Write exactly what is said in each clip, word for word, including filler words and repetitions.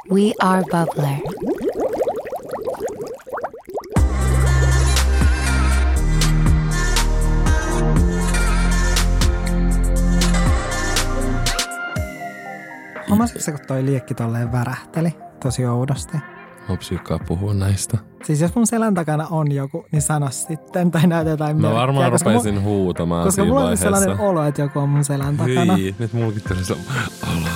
We are Bubbler. Huomasitko se, kun toi liekki tolleen värähteli tosi oudosti? Mä psyykkaa puhua näistä. Siis jos mun selän takana on joku, niin sano sitten tai näytä jotain merkkiä. Mä varmaan rupesin mu- huutamaan koska siinä mulla vaiheessa. on sellainen olo, että joku on mun selän takana. Hyi, nyt mullakin tuli se olo.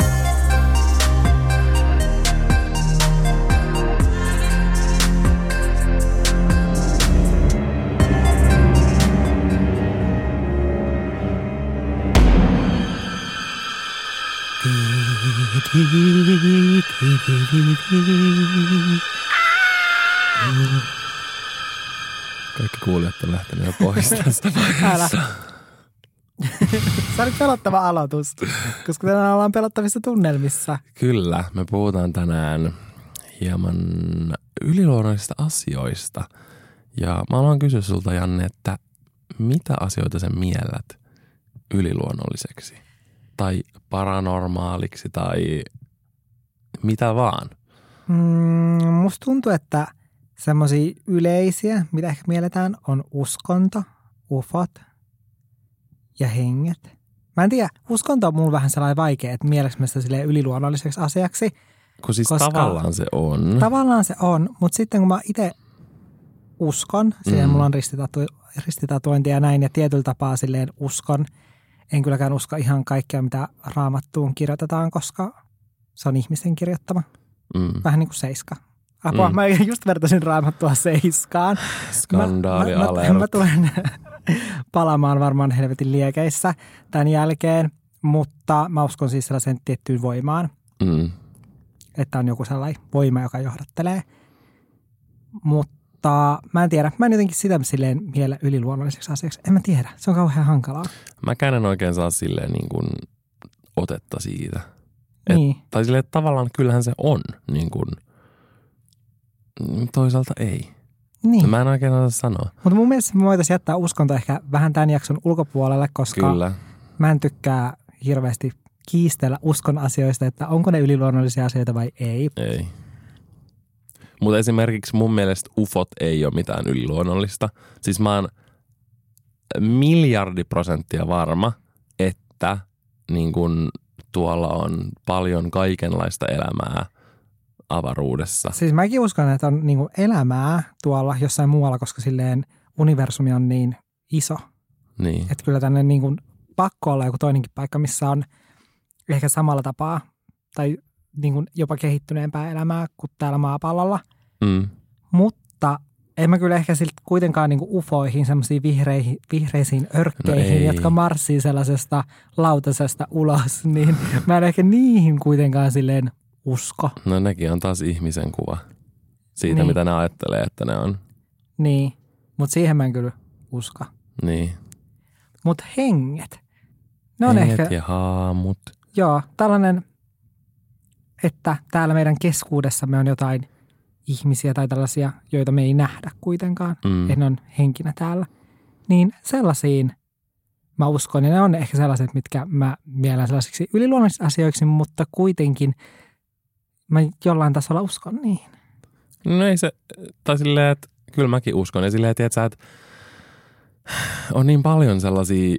Kaikki kuulijat on lähtenyt jo pois tästä vaiheessa. Se oli pelottava aloitus, koska tänään ollaan pelottavissa tunnelmissa. Kyllä, me puhutaan tänään hieman yliluonnollisista asioista. Ja mä haluan kysyä sulta, Janne, että mitä asioita sä miellät yliluonnolliseksi? Tai paranormaaliksi tai mitä vaan? Mm, musta tuntuu, että semmoisia yleisiä, mitä ehkä mielletään, on uskonto, ufot ja henget. Mä en tiedä, uskonto on mulla vähän sellainen vaikea, että mieleksi mä sitä silleen yliluonnolliseksi asiaksi. Kun siis tavallaan se on. Tavallaan se on, mutta sitten kun mä itse uskon, silleen mm. mulla on ristitatu, ristitatuointia ja näin, ja tietyllä tapaa silleen uskon. En kylläkään usko ihan kaikkea, mitä Raamattuun kirjoitetaan, koska se on ihmisten kirjoittama. Mm. Vähän niin kuin Seiska. Apua, mm. mä just vertaisin Raamattua Seiskaan. Skandaali mä, mä, alert. Mä, mä tulen palaamaan varmaan helvetin liekeissä tämän jälkeen, mutta mä uskon siis sellaisen tiettyyn voimaan. Mm. Että on joku sellainen voima, joka johdattelee. Mutta mä en tiedä. Mä en jotenkin sitä silleen miele yliluonnolliseksi asiaksi. En mä tiedä. Se on kauhean hankalaa. Mäkään en oikein saa silleen niin kuin otetta siitä. Et, niin. Tai silleen, että tavallaan kyllähän se on niin kuin, toisaalta ei. Niin. Mä en oikein osaa sanoa. Mutta mun mielestä me voitaisiin jättää uskonto ehkä vähän tämän jakson ulkopuolelle, koska Kyllä. Mä en tykkää hirveästi kiistellä uskon asioista, että onko ne yliluonnollisia asioita vai ei. Ei. Mutta esimerkiksi mun mielestä ufot ei ole mitään yliluonnollista. Siis mä oon miljardi prosenttia varma, että niin kun tuolla on paljon kaikenlaista elämää avaruudessa. Siis mäkin uskon, että on niin kuin elämää tuolla jossain muualla, koska silleen universumi on niin iso. Niin. Että kyllä tänne niin kuin pakko olla joku toinenkin paikka, missä on ehkä samalla tapaa tai niin kuin jopa kehittyneempää elämää kuin täällä maapallolla. Mm. Mutta en mä kyllä ehkä siltä kuitenkaan niin kuin ufoihin, semmoisiin vihreihin, vihreisiin örkkeihin, no jotka marssii sellaisesta lautasesta ulos, niin mä en ehkä niihin kuitenkaan silleen usko. No nekin on taas ihmisen kuva siitä, niin. mitä ne ajattelee, että ne on. Niin, mutta siihen mä en kyllä usko. Niin. Mutta henget. Ne on henget ehkä, ja haamut. Joo, tällainen, että täällä meidän keskuudessamme on jotain ihmisiä tai tällaisia, joita me ei nähdä kuitenkaan. Mm. Että ne on henkinä täällä. Niin sellaisiin mä uskon, ja ne on ehkä sellaiset, mitkä mä mielen sellaisiksi yliluonnollisiksi asioiksi, mutta kuitenkin mä jollain tasolla uskon niihin. No ei se, tai silleen, että kyllä mäkin uskon. Ja silleen, tiedätkö, että on niin paljon sellaisia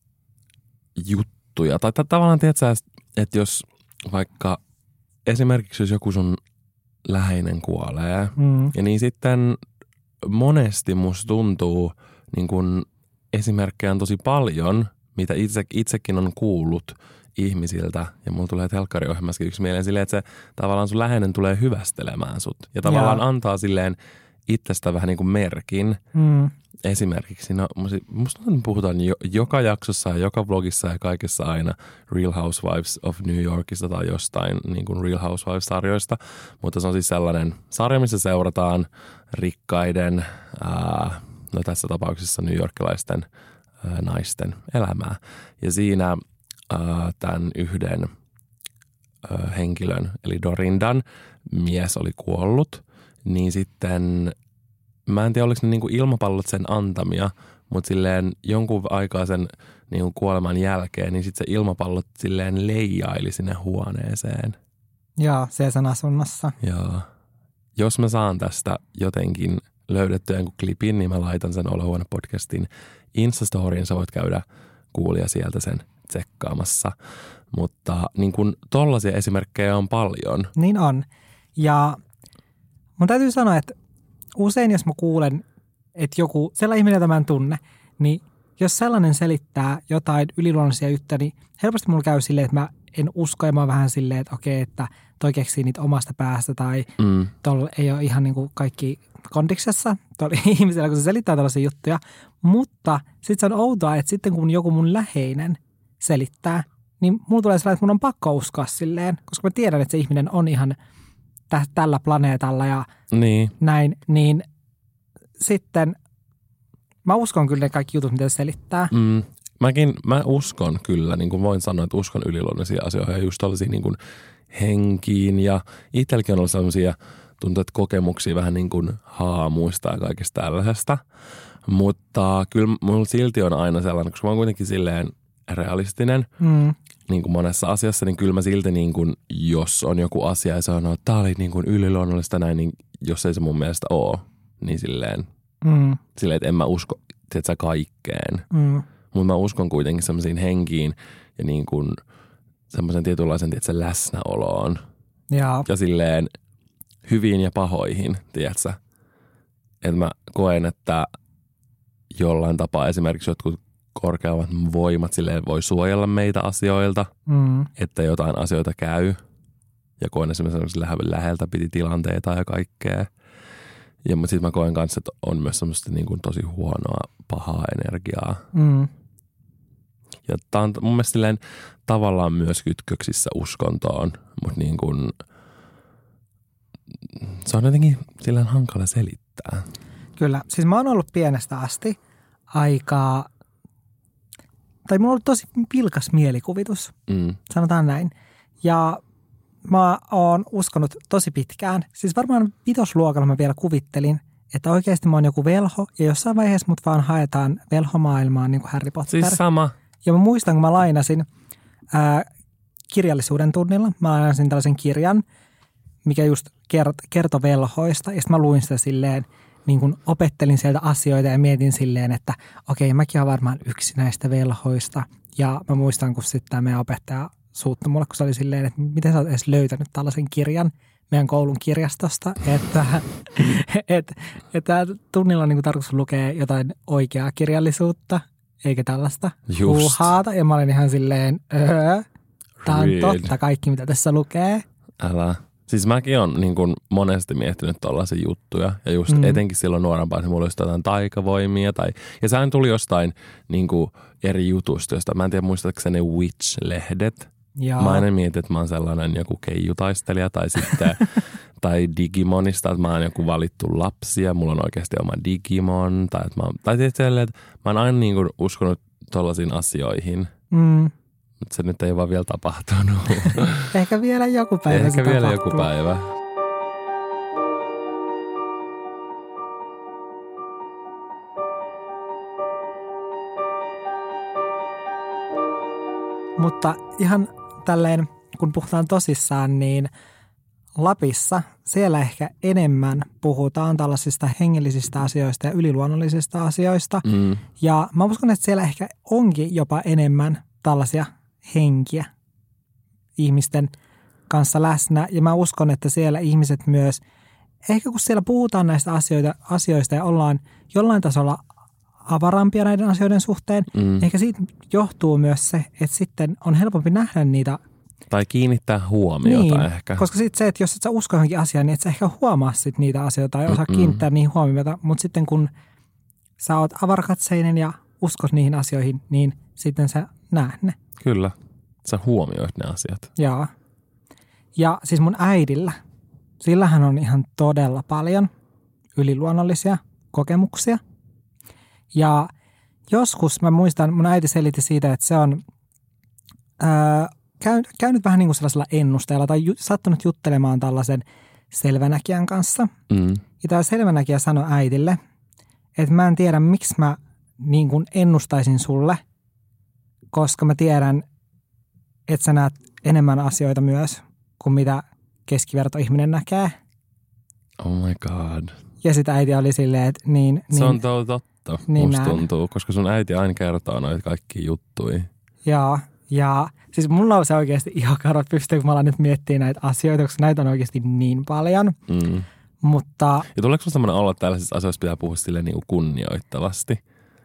juttuja. Tai tavallaan, tiedätkö, että jos vaikka esimerkiksi jos joku sun läheinen kuolee, mm. ja niin sitten monesti musta tuntuu, niin kun esimerkkejä on tosi paljon, mitä itse, itsekin on kuullut ihmisiltä, ja mulla tulee telkkariohjelmassakin yksi mieleen silleen, että se tavallaan sun läheinen tulee hyvästelemään sut. Ja tavallaan ja. antaa silleen itsestä vähän niin kuin merkin. Mm. Esimerkiksi, no musta puhutaan jo, joka jaksossa ja joka vlogissa ja kaikessa aina Real Housewives of New Yorkista tai jostain niin kuin Real Housewives-sarjoista. Mutta se on siis sellainen sarja, missä seurataan rikkaiden, ää, no tässä tapauksessa newyorkilaisten ää, naisten elämää. Ja siinä ää, tämän yhden ää, henkilön, eli Dorindan mies oli kuollut, niin sitten mä en tiedä, oliko ne niinku ilmapallot sen antamia, mutta silleen jonkun aikaa sen niinku kuoleman jälkeen, niin sitten se ilmapallot silleen leijaili sinne huoneeseen. Joo, siellä sen asunnossa. Joo. Jos mä saan tästä jotenkin löydettyä jonkun klipin, niin mä laitan sen Olohuone-podcastin Instastoriin. Sä voit käydä kuulija sieltä sen tsekkaamassa. Mutta niin kun tollaisia esimerkkejä on paljon. Niin on. Ja mun täytyy sanoa, että usein jos mä kuulen, että joku, sellainen ihminen, jota mä en tunne, niin jos sellainen selittää jotain yliluonnollisia juttuja, niin helposti mulla käy silleen, että mä en usko ja mä oon vähän silleen, että okei, että toi keksii niitä omasta päästä tai mm. tuolla ei ole ihan niin kuin kaikki kondiksessa tuolla ihmisellä, kun se selittää tällaisia juttuja. Mutta sitten se on outoa, että sitten kun joku mun läheinen selittää, niin mulla tulee sellainen, että mun on pakko uskoa silleen, koska mä tiedän, että se ihminen on ihan tä- tällä planeetalla ja niin. näin, niin sitten mä uskon kyllä ne kaikki jutut, mitä se selittää. Mm. Mäkin, mä uskon kyllä, niin kuin voin sanoa, että uskon yliluonnollisia asioita ja just tällaisia niin kuin henkiin ja itselläkin on ollut sellaisia tuntuu, että kokemuksia vähän niin kuin haamuista ja kaikesta tällaisesta. Mutta kyllä mulla silti on aina sellainen, koska mä oon kuitenkin silleen realistinen mm. niin kuin monessa asiassa, niin kyllä mä silti niin kuin, jos on joku asia ja sanoo, että tää oli niin kuin yliluonnollista näin, niin jos ei se mun mielestä ole, niin silleen, mm. silleen että en mä usko, tiedätkö, kaikkeen. Mm. Mutta mä uskon kuitenkin semmoisiin henkiin ja niin kuin semmoisen tietynlaisen, tiedätkö, läsnäoloon. Ja, ja silleen hyviin ja pahoihin, tiedätkö. Että mä koen, että jollain tapaa esimerkiksi jotkut korkeammat voimat silleen voi suojella meitä asioilta, mm. että jotain asioita käy. Ja koen esimerkiksi läheltä piti tilanteita ja kaikkea. Ja sitten mä koen kanssa, että on myös semmoista niin kuin tosi huonoa, pahaa energiaa. Mm. Ja tää on mun mielestä silleen tavallaan myös kytköksissä uskontoon, mutta niin kuin se on jotenkin silleen hankala selittää. Kyllä. Siis mä oon ollut pienestä asti aika, tai mulla on ollut tosi vilkas mielikuvitus, mm. sanotaan näin. Ja mä oon uskonut tosi pitkään. Siis varmaan vitosluokalla mä vielä kuvittelin, että oikeasti mä oon joku velho ja jossain vaiheessa mut vaan haetaan velhomaailmaan niin kuin Harry Potter. Siis sama. Ja mä muistan, kun mä lainasin ää, kirjallisuuden tunnilla, mä lainasin tällaisen kirjan, mikä just kertoi velhoista. Ja sitten mä luin sitä silleen, niin kun opettelin sieltä asioita ja mietin silleen, että okei, mäkin olen varmaan yksi näistä velhoista. Ja mä muistan, kun sitten tämä meidän opettaja suuttui mulle, kun se oli silleen, että miten sä oot edes löytänyt tällaisen kirjan meidän koulun kirjastosta, että et, et tunnilla on niin tarkoitus lukea jotain oikeaa kirjallisuutta, eikä tällaista huuhaata. Ja mä olin ihan silleen, öö, tää on totta kaikki, mitä tässä lukee. Älä. Siis mäkin on niin kuin monesti miettinyt tollaisia juttuja ja just mm. etenkin silloin nuorempaan, että mulla olisi jotain taikavoimia. Tai, ja sehän tuli jostain niin kuin eri jutusta, josta mä en tiedä muistatko ne Witch-lehdet. Jaa. Mä aina mietin, että mä oon sellainen joku keijutaistelija tai sitten tai Digimonista, että mä oon joku valittu lapsi ja mulla on oikeasti oma Digimon. Tai, että mä, tai tietysti, että mä oon aina niin kuin uskonut tollaisiin asioihin. Mm. Mutta se nyt ei vaan vielä tapahtunut. Ehkä vielä joku päivä Ehkä se vielä tapahtuu. joku päivä. Mutta ihan tälleen, kun puhutaan tosissaan, niin Lapissa siellä ehkä enemmän puhutaan tällaisista hengellisistä asioista ja yliluonnollisista asioista. Mm. Ja mä uskon, että siellä ehkä onkin jopa enemmän tällaisia henkiä ihmisten kanssa läsnä. Ja mä uskon, että siellä ihmiset myös, ehkä kun siellä puhutaan näistä asioita, asioista ja ollaan jollain tasolla avarampia näiden asioiden suhteen, mm. ehkä siitä johtuu myös se, että sitten on helpompi nähdä niitä. Tai kiinnittää huomiota niin, ehkä. Koska sitten se, että jos et sä usko johonkin asiaan, niin et sä ehkä huomaa sit niitä asioita ja osaa Mm-mm. kiinnittää niihin huomiota. Mutta sitten kun sä oot avarakatseinen ja uskot niihin asioihin, niin sitten sä näet ne. Kyllä, sä huomioit ne asiat. Joo. Ja siis mun äidillä, sillähän on ihan todella paljon yliluonnollisia kokemuksia. Ja joskus mä muistan, mun äiti selitti siitä, että se on ää, käy, käynyt vähän niin kuin sellaisella ennusteella tai ju, sattunut juttelemaan tällaisen selvänäkijän kanssa. Mm. Ja tämä selvänäkijä sanoi äidille, että mä en tiedä, miksi mä niin kuin ennustaisin sulle, koska mä tiedän, että sä näet enemmän asioita myös kuin mitä keskivertoihminen näkee. Oh my god. Ja sitten äiti oli silleen, että niin... niin se on to- totta, niin musta näin. tuntuu, koska sun äiti aina kertoo noita kaikkia juttuja. Joo, ja siis mulla on se oikeasti ihan karvat pystyy, kun mä alan nyt miettimään näitä asioita, koska näitä on oikeasti niin paljon. Mm. Mutta... Ja tuleeko sun semmoinen olla, että tällaisissa asioissa pitää puhua silleen niin kuin kunnioittavasti?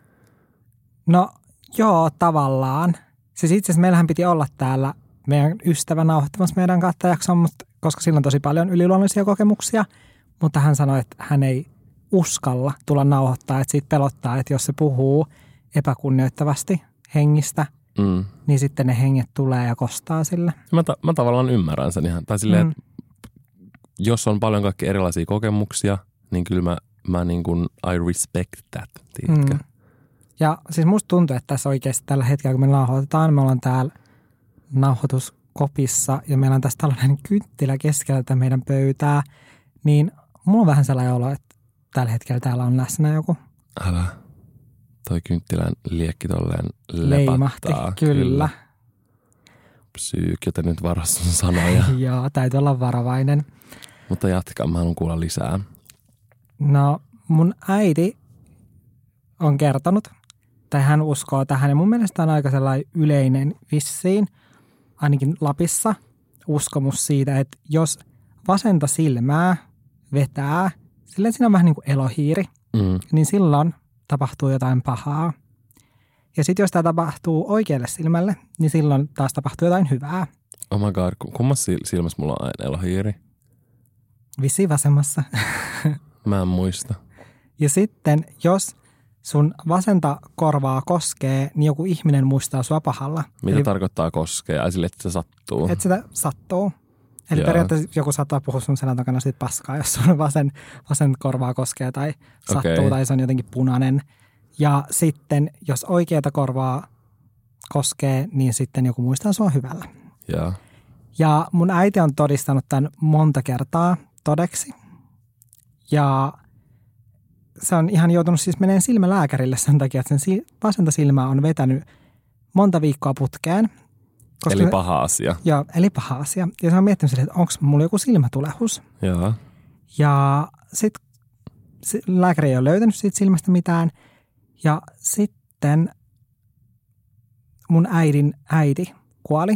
No joo, tavallaan. Siis itse asiassa meillähän piti olla täällä meidän ystävä nauhoittamassa meidän kattajakson, mutta koska sillä on tosi paljon yliluonnollisia kokemuksia, mutta hän sanoi, että hän ei uskalla tulla nauhoittaa, että siitä pelottaa, että jos se puhuu epäkunnioittavasti hengistä, mm. niin sitten ne henget tulee ja kostaa sille. Mä, ta- mä tavallaan ymmärrän sen ihan. Tai silleen, mm. että jos on paljon kaikki erilaisia kokemuksia, niin kyllä mä, mä niin kuin I respect that, tiedätkö? Mm. Ja siis musta tuntuu, että tässä oikeasti tällä hetkellä, kun me nauhoitetaan, me ollaan täällä nauhoituskopissa ja meillä on tässä tällainen kynttilä keskellä meidän pöytää, niin mulla on vähän sellainen olo, että tällä hetkellä täällä on läsnä joku. Älä. Toi kynttilän liekki tolleen leimahti, lepattaa. kyllä. kyllä. Psyyk, joten nyt varo sun sanoja. Joo, täytyy olla varovainen. Mutta jatka, mä haluan kuulla lisää. No, mun äiti on kertonut, tai hän uskoo tähän, ja mun mielestä on aika sellainen yleinen vissiin, ainakin Lapissa, uskomus siitä, että jos vasenta silmää vetää, silleen siinä on vähän niin kuin elohiiri, mm. niin silloin tapahtuu jotain pahaa. Ja sitten jos tämä tapahtuu oikealle silmälle, niin silloin taas tapahtuu jotain hyvää. Oh my god, kummassa silmässä mulla on aina elohiiri? Vissiin vasemmassa. Mä en muista. Ja sitten jos sun vasenta korvaa koskee, niin joku ihminen muistaa sua pahalla. Mitä Eli, tarkoittaa koskea? Ai sille, että se sattuu? Että sitä sattuu. Eli Jaa. periaatteessa joku saattaa puhua sun selän takana siitä paskaa, jos sun vasen, vasen korvaa koskee tai sattuu okay. tai se on jotenkin punainen. Ja sitten jos oikeata korvaa koskee, niin sitten joku muistaa sua hyvällä. Jaa. Ja mun äiti on todistanut tämän monta kertaa todeksi. Ja se on ihan joutunut siis menemään silmälääkärille sen takia, että sen vasenta silmää on vetänyt monta viikkoa putkeen. Eli paha asia. Joo, eli paha asia. Ja se on miettinyt sille, että onko mulla joku silmätulehus. Joo. Ja sitten lääkäri ei ole löytänyt siitä silmästä mitään. Ja sitten mun äidin äiti kuoli.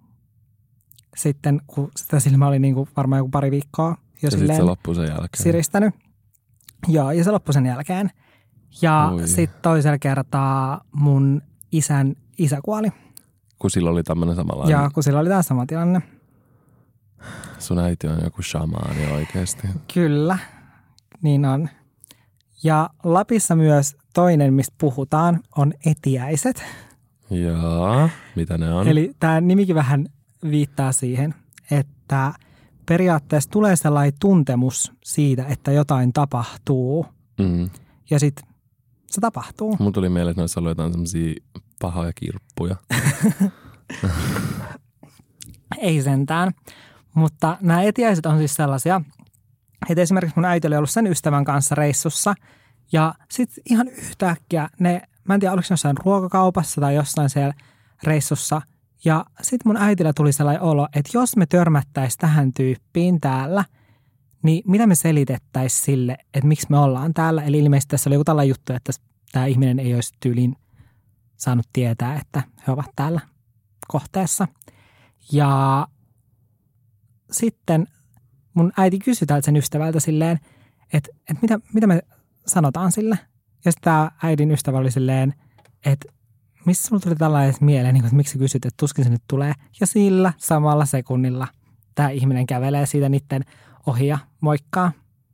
Sitten kun sitä silmää oli niin kuin varmaan joku pari viikkoa. Ja sitten se loppui sen jälkeen. Siristänyt. Joo, ja se loppui sen jälkeen. Ja sitten toisella kertaa mun isän isä kuoli. Kun sillä oli tämmöinen samanlainen. Joo, kun sillä oli tämä sama tilanne. Sun äiti on joku shamaani oikeasti. Kyllä, niin on. Ja Lapissa myös toinen, mistä puhutaan, on etiäiset. Joo, mitä ne on? Eli tämä nimikin vähän viittaa siihen, että periaatteessa tulee sellainen tuntemus siitä, että jotain tapahtuu. Mm. Ja sitten se tapahtuu. Mun tuli mieleen, että noissa oli jotain semmoisia pahoja kirppuja. Ei sentään. Mutta nämä etiäiset on siis sellaisia, että esimerkiksi mun äiti oli ollut sen ystävän kanssa reissussa. Ja sitten ihan yhtäkkiä ne, mä en tiedä oliko jossain ruokakaupassa tai jossain siellä reissussa. Ja sitten mun äitillä tuli sellainen olo, että jos me törmättäisiin tähän tyyppiin täällä, niin mitä me selitettäisiin sille, että miksi me ollaan täällä. Eli ilmeisesti tässä oli joku tällainen juttu, että tämä ihminen ei olisi tyyliin saanut tietää, että he ovat täällä kohteessa. Ja sitten mun äiti kysyi tältä sen ystävältä silleen, että, että mitä, mitä me sanotaan sille. Ja sitten tämä äidin ystävä oli silleen, että missä sulla tuli tällainen mieleen, että miksi kysyt, että tuskin se nyt tulee. Ja sillä samalla sekunnilla tämä ihminen kävelee siitä niiden ohi ja moikkaa.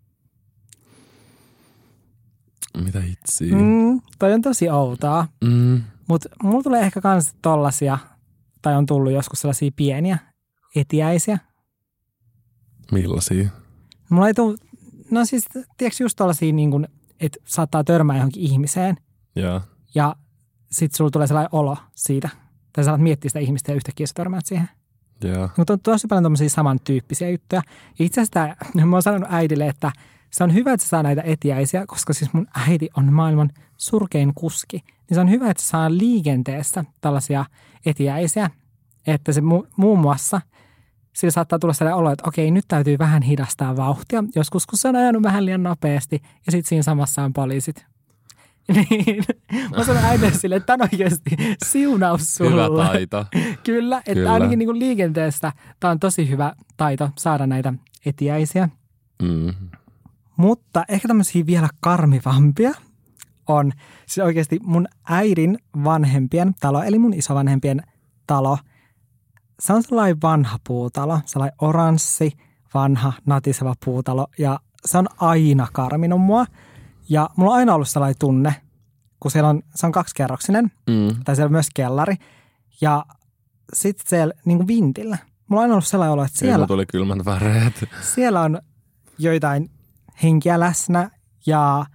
Mitä hitsiä? Mm, toi on tosi outoa. Mm. Mutta mulla tulee ehkä kans tollasia, tai on tullut joskus sellaisia pieniä etiäisiä. Millaisia? Mulla ei tule, no siis tiedätkö just tollaisia, niin kun, että saattaa törmää johonkin ihmiseen. Ja, ja sitten sulla tulee sellainen olo siitä. Tai sä alat miettiä sitä ihmistä ja yhtäkkiä sä törmäät siihen. Ja. Mutta on tosi paljon tommosia samantyyppisiä juttuja. Ja itse asiassa mä oon sanonut äidille, että se on hyvä, että se saa näitä etiäisiä, koska siis mun äiti on maailman surkein kuski. Niin se on hyvä, että se saa liikenteessä tällaisia etiäisiä. Että se mu- muun muassa sillä saattaa tulla sellainen olo, että okei, nyt täytyy vähän hidastaa vauhtia. Joskus, kun se on ajanut vähän liian nopeasti ja sitten siinä samassa on poliisit. Niin, mä sanon äidille silleen, että tämä on oikeasti siunaus sulle. Hyvä taito. Kyllä, että Kyllä. ainakin niin kuin liikenteestä tämä on tosi hyvä taito saada näitä etiäisiä. Mm. Mutta ehkä tämmöisiä vielä karmivampia on siis oikeasti mun äidin vanhempien talo, eli mun isovanhempien talo. Se on sellainen vanha puutalo, sellainen oranssi, vanha, natiseva puutalo ja se on aina karminut mua. Ja mulla on aina ollut sellainen tunne, kun siellä on, se on kaksikerroksinen, mm. tai siellä on myös kellari. Ja sitten siellä niin kuin vintillä. Mulla on aina ollut sellainen olo, että siellä, tuli kylmät väreet. Siellä on joitain henkiä läsnä ja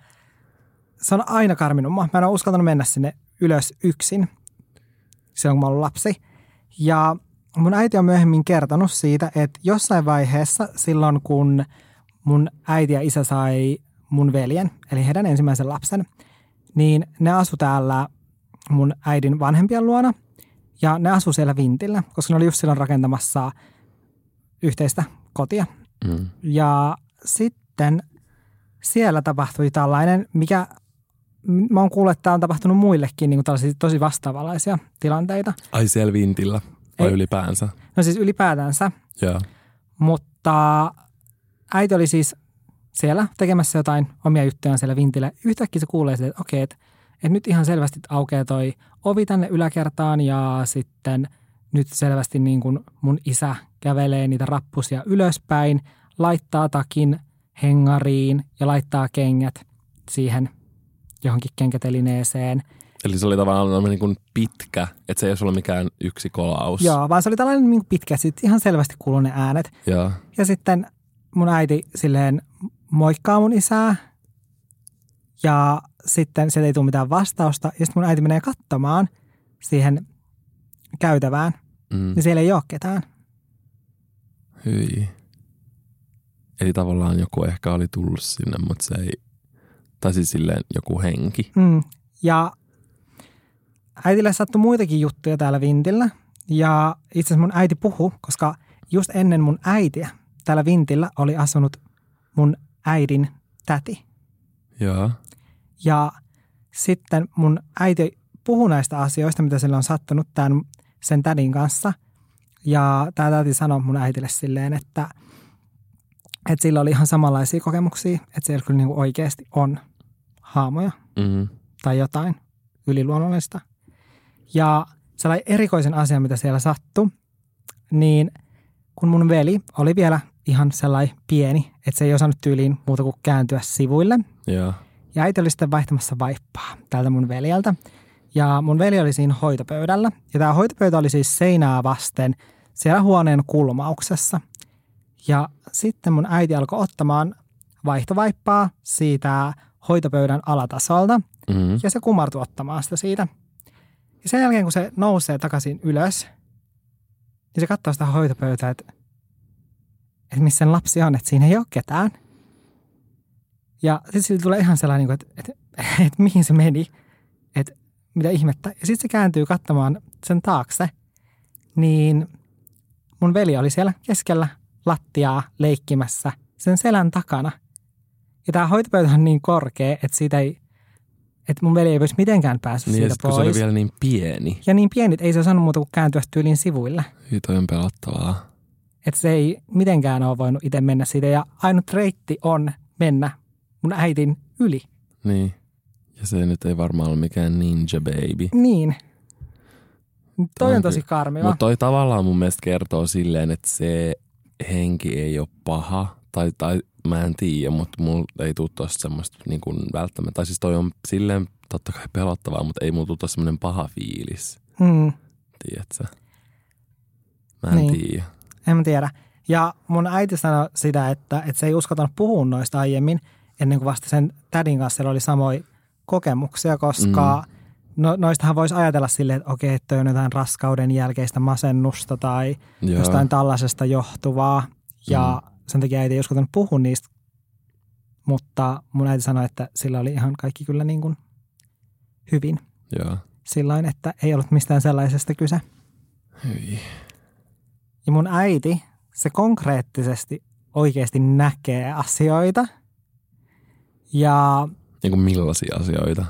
se on aina karminut mua. Mä en ole uskaltanut mennä sinne ylös yksin silloin, kun mä ollut lapsi. Ja mun äiti on myöhemmin kertonut siitä, että jossain vaiheessa silloin, kun mun äiti ja isä sai mun veljen, eli heidän ensimmäisen lapsen, niin ne asu täällä mun äidin vanhempien luona ja ne asu siellä vintillä, koska ne oli just silloin rakentamassa yhteistä kotia. Mm. Ja sitten siellä tapahtui tällainen, mikä mä oon kuullut, että tämä on tapahtunut muillekin niin kuin tällaisia tosi vastaavanlaisia tilanteita. Ai siellä vintillä vai Ei, ylipäänsä? No siis ylipäätänsä. Joo. Mutta äiti oli siis siellä tekemässä jotain omia juttujaan siellä vintillä. Yhtäkkiä se kuulee sille, että okei, että, että nyt ihan selvästi aukeaa toi ovi tänne yläkertaan ja sitten nyt selvästi niin kuin mun isä kävelee niitä rappusia ylöspäin, laittaa takin hengariin ja laittaa kengät siihen johonkin kenkätelineeseen. Eli se oli tavallaan niin kuin pitkä, että se ei olisi ollut mikään yksi kolaus. Joo, vaan se oli tällainen niin kuin pitkä, sitten ihan selvästi kuului ne äänet. Joo. Ja sitten mun äiti silleen moikkaa mun isää ja sitten sieltä ei tule mitään vastausta. Ja sitten mun äiti menee katsomaan siihen käytävään, mm. niin siellä ei ole ketään. Hyi. Eli tavallaan joku ehkä oli tullut sinne, mutta se ei, tai siis silleen joku henki. Mm. Ja äitille sattui muitakin juttuja täällä vintillä. Ja itse asiassa mun äiti puhui, koska just ennen mun äitiä täällä vintillä oli asunut mun äidin täti. Joo. Ja sitten mun äiti puhui näistä asioista, mitä sille on sattunut tämän, sen tädin kanssa. Ja tämä täti sanoi mun äitille silleen, että, että sillä oli ihan samanlaisia kokemuksia, että siellä kyllä niin kuin oikeasti on haamoja mm-hmm. tai jotain yliluonnollista. Ja sellainen erikoisen asia, mitä siellä sattui, niin kun mun veli oli vielä ihan sellainen pieni, että se ei osannut tyyliin muuta kuin kääntyä sivuille. Yeah. Ja äiti oli sitten vaihtamassa vaippaa tältä mun veljeltä. Ja mun veli oli siinä hoitopöydällä. Ja tämä hoitopöytä oli siis seinää vasten siellä huoneen kulmauksessa. Ja sitten mun äiti alkoi ottamaan vaihtovaippaa siitä hoitopöydän alatasolta. Mm-hmm. Ja se kumartui ottamaan sitä siitä. Ja sen jälkeen, kun se nousee takaisin ylös, niin se katsoo sitä hoitopöytää, että, että missä sen lapsi on, että siinä ei ole ketään. Ja sitten sille tulee ihan sellainen, että, että, että, että mihin se meni, että mitä ihmettä. Ja sitten se kääntyy katsomaan sen taakse, niin mun veli oli siellä keskellä lattiaa leikkimässä sen selän takana. Ja tämä hoitopöytä on niin korkea, että siitä ei, että mun veli ei olisi mitenkään päässyt niin, siitä pois. Niin, se oli vielä niin pieni. Ja niin pieni, että ei se osannut muuta kuin kääntyä tyyliin sivuille. Hyi, toi on pelottavaa. Että se ei mitenkään ole voinut itse mennä siitä. Ja ainut reitti on mennä mun äitin yli. Niin. Ja se nyt ei varmaan ole mikään ninja baby. Niin. Toi on tosi karmiva. Mutta toi tavallaan mun mielestä kertoo silleen, että se henki ei ole paha. Tai, tai mä en tiedä, mutta mulla ei tule tosta semmoista niin kuin välttämättä. Tai siis toi on silleen totta kai pelottavaa, mutta ei mulla tule tosta semmoinen paha fiilis. Mm. Tiedätkö? Mä en niin. tiedä. En mä tiedä. Ja mun äiti sanoi sitä, että, että se ei uskaltanut puhua noista aiemmin, ennen kuin vasta sen tädin kanssa oli samoja kokemuksia, koska mm. no, noistahan voisi ajatella silleen, että okei, että on jotain raskauden jälkeistä masennusta tai Joo. jostain tällaisesta johtuvaa. Ja mm. sen takia äiti ei uskaltanut puhua niistä, mutta mun äiti sanoi, että sillä oli ihan kaikki kyllä niin kuin hyvin. Joo. Sillain, että ei ollut mistään sellaisesta kyse. Hyi. Ja mun äiti se konkreettisesti oikeasti näkee asioita. Ja niin kuin millaisia asioita?